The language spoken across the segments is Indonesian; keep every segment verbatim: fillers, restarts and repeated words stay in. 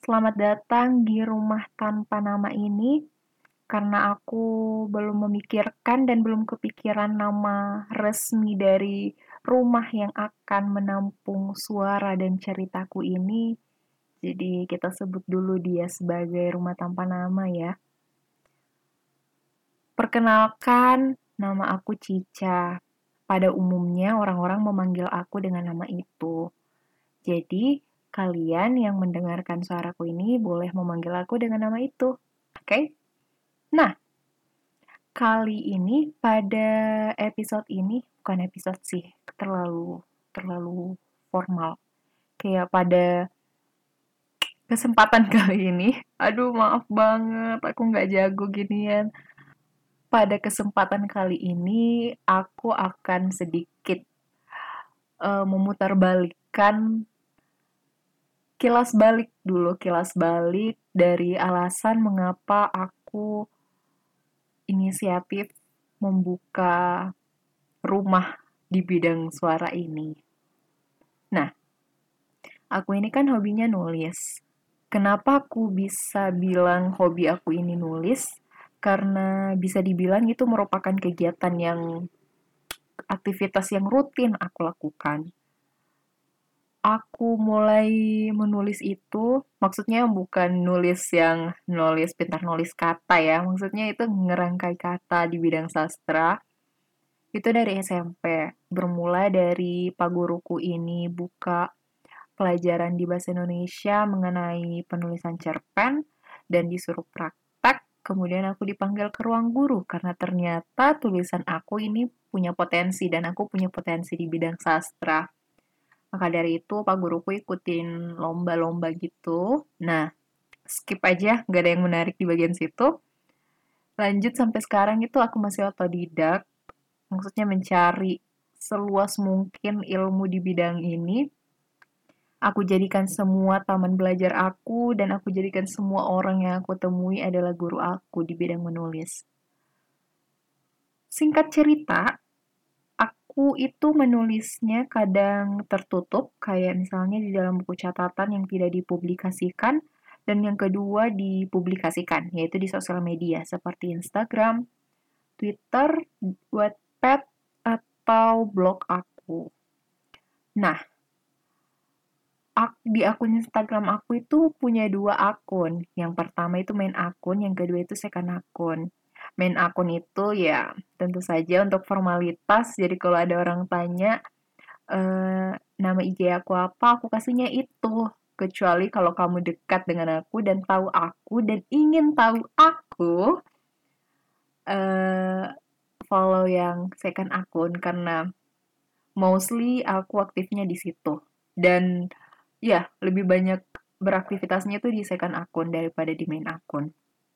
Selamat datang di rumah tanpa nama ini, karena aku belum memikirkan dan belum kepikiran nama resmi dari rumah yang akan menampung suara dan ceritaku ini. Jadi kita sebut dulu dia sebagai rumah tanpa nama ya. Perkenalkan, nama aku Cica. Pada umumnya orang-orang memanggil aku dengan nama itu. Jadi, kalian yang mendengarkan suaraku ini boleh memanggil aku dengan nama itu. Oke? Okay? Nah, kali ini pada episode ini, bukan episode sih, terlalu terlalu formal. Kayak pada kesempatan kali ini, aduh maaf banget, aku nggak jago ginian. Pada kesempatan kali ini, aku akan sedikit uh, memutarbalikkan kilas balik dulu, kilas balik dari alasan mengapa aku inisiatif membuka rumah di bidang suara ini. Nah, aku ini kan hobinya nulis. Kenapa aku bisa bilang hobi aku ini nulis? Karena bisa dibilang itu merupakan kegiatan yang aktivitas yang rutin aku lakukan. Aku mulai menulis itu, maksudnya bukan nulis yang nulis pintar nulis kata ya, maksudnya itu ngerangkai kata di bidang sastra. Itu dari S M P, bermula dari Pak Guruku ini buka pelajaran di bahasa Indonesia mengenai penulisan cerpen dan disuruh praktek, kemudian aku dipanggil ke ruang guru karena ternyata tulisan aku ini punya potensi dan aku punya potensi di bidang sastra. Maka dari itu Pak Guruku ikutin lomba-lomba gitu. Nah, skip aja, gak ada yang menarik di bagian situ. Lanjut sampai sekarang itu aku masih otodidak, maksudnya mencari seluas mungkin ilmu di bidang ini. Aku jadikan semua taman belajar aku dan aku jadikan semua orang yang aku temui adalah guru aku di bidang menulis. Singkat cerita, aku itu menulisnya kadang tertutup, kayak misalnya di dalam buku catatan yang tidak dipublikasikan, dan yang kedua dipublikasikan, yaitu di sosial media seperti Instagram, Twitter, Wattpad, atau blog aku. Nah, di akun Instagram aku itu punya dua akun. Yang pertama itu main akun, yang kedua itu second akun. Main akun itu ya tentu saja untuk formalitas, jadi kalau ada orang tanya eh, nama I G aku apa, aku kasihnya itu. Kecuali kalau kamu dekat dengan aku dan tahu aku dan ingin tahu aku, eh, follow yang second akun karena mostly aku aktifnya di situ. Dan ya, lebih banyak beraktivitasnya itu di second akun daripada di main akun.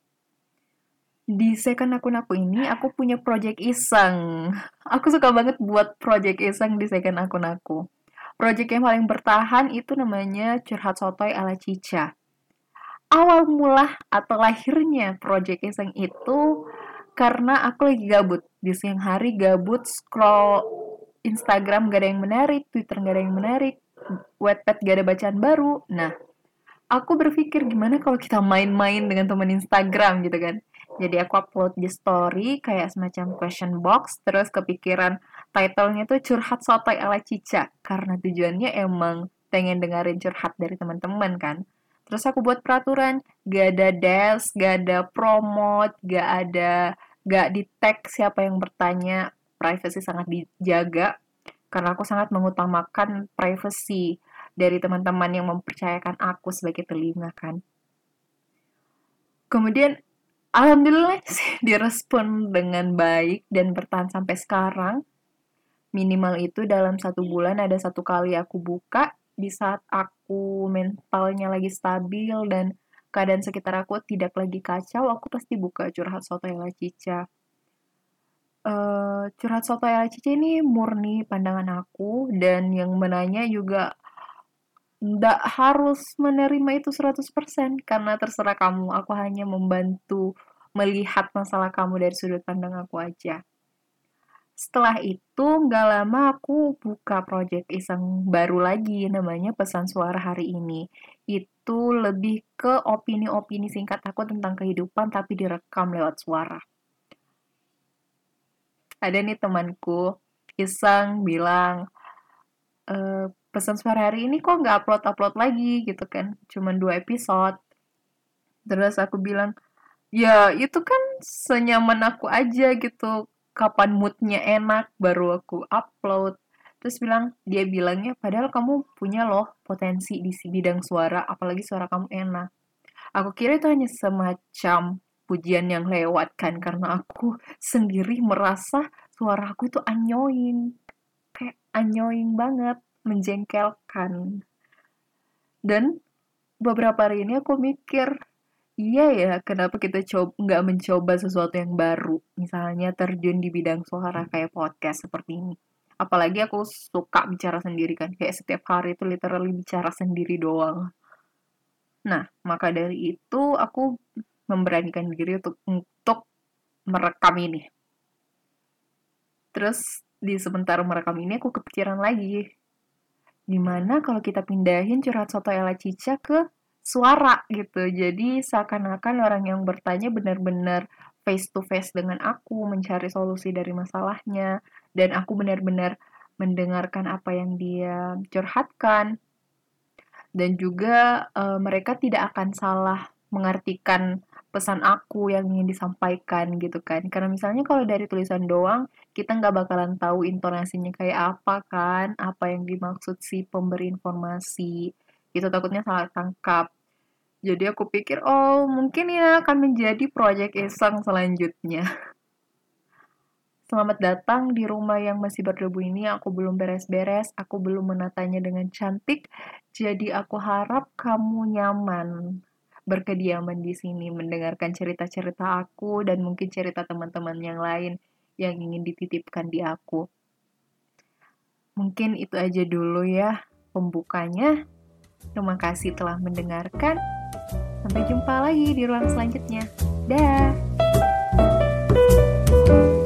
Di second akun aku ini, aku punya project iseng. Aku suka banget buat project iseng di second akun aku. Project yang paling bertahan itu namanya Curhat Sotoy ala Cica. Awal mula atau lahirnya project iseng itu karena aku lagi gabut. Di siang hari gabut scroll Instagram gak ada yang menarik, Twitter gak ada yang menarik, Wattpad gak ada bacaan baru. Nah, aku berpikir gimana kalau kita main-main dengan teman Instagram gitu kan. Jadi aku upload di story kayak semacam question box, terus kepikiran titlenya tuh curhat sotoy ala Cica karena tujuannya emang pengen dengerin curhat dari teman-teman kan. Terus aku buat peraturan, gak ada desk, gak ada promote, gak ada, gak di tag siapa yang bertanya, privacy sangat dijaga karena aku sangat mengutamakan privacy dari teman-teman yang mempercayakan aku sebagai telinga kan. Kemudian alhamdulillah sih direspon dengan baik dan bertahan sampai sekarang. Minimal itu dalam satu bulan ada satu kali aku buka di saat aku mentalnya lagi stabil dan keadaan sekitar aku tidak lagi kacau, aku pasti buka curhat sotoy ala Cica. Uh, curhat sotoy ala Cica ini murni pandangan aku dan yang menanya juga nggak harus menerima itu seratus persen karena terserah kamu. Aku hanya membantu melihat masalah kamu dari sudut pandang aku aja. Setelah itu nggak lama aku buka project iseng baru lagi namanya Pesan Suara Hari Ini. Itu lebih ke opini-opini singkat aku tentang kehidupan tapi direkam lewat suara. Ada nih temanku iseng bilang, "Eh, Pesan Suara Hari Ini kok nggak upload-upload lagi gitu kan, cuman dua episode." Terus aku bilang, ya itu kan senyaman aku aja gitu. Kapan moodnya enak baru aku upload. Terus bilang, dia bilangnya padahal kamu punya loh potensi di si- bidang suara, apalagi suara kamu enak. Aku kira itu hanya semacam pujian yang lewat kan, karena aku sendiri merasa suara aku itu annoying. Kayak annoying banget, menjengkelkan. Dan beberapa hari ini aku mikir, iya ya, kenapa kita coba nggak mencoba sesuatu yang baru? Misalnya terjun di bidang suara kayak podcast seperti ini. Apalagi aku suka bicara sendiri kan, kayak setiap hari itu literally bicara sendiri doang. Nah, maka dari itu aku memberanikan diri untuk untuk merekam ini. Terus di sementara merekam ini aku kepikiran lagi, gimana kalau kita pindahin curhat soto Ella Cica ke suara gitu. Jadi seakan-akan orang yang bertanya benar-benar face to face dengan aku, mencari solusi dari masalahnya, dan aku benar-benar mendengarkan apa yang dia curhatkan. Dan juga uh, mereka tidak akan salah mengartikan pesan aku yang ingin disampaikan gitu kan. Karena misalnya kalau dari tulisan doang, kita nggak bakalan tahu intonasinya kayak apa kan, apa yang dimaksud si pemberi informasi. Itu takutnya salah tangkap. Jadi aku pikir, oh mungkin ya akan menjadi proyek iseng selanjutnya. Selamat datang di rumah yang masih berdebu ini. Aku belum beres-beres, aku belum menatanya dengan cantik. Jadi aku harap kamu nyaman berkediaman di sini, mendengarkan cerita-cerita aku dan mungkin cerita teman-teman yang lain yang ingin dititipkan di aku. Mungkin itu aja dulu ya pembukanya. Terima kasih telah mendengarkan. Sampai jumpa lagi di ruang selanjutnya. Dah.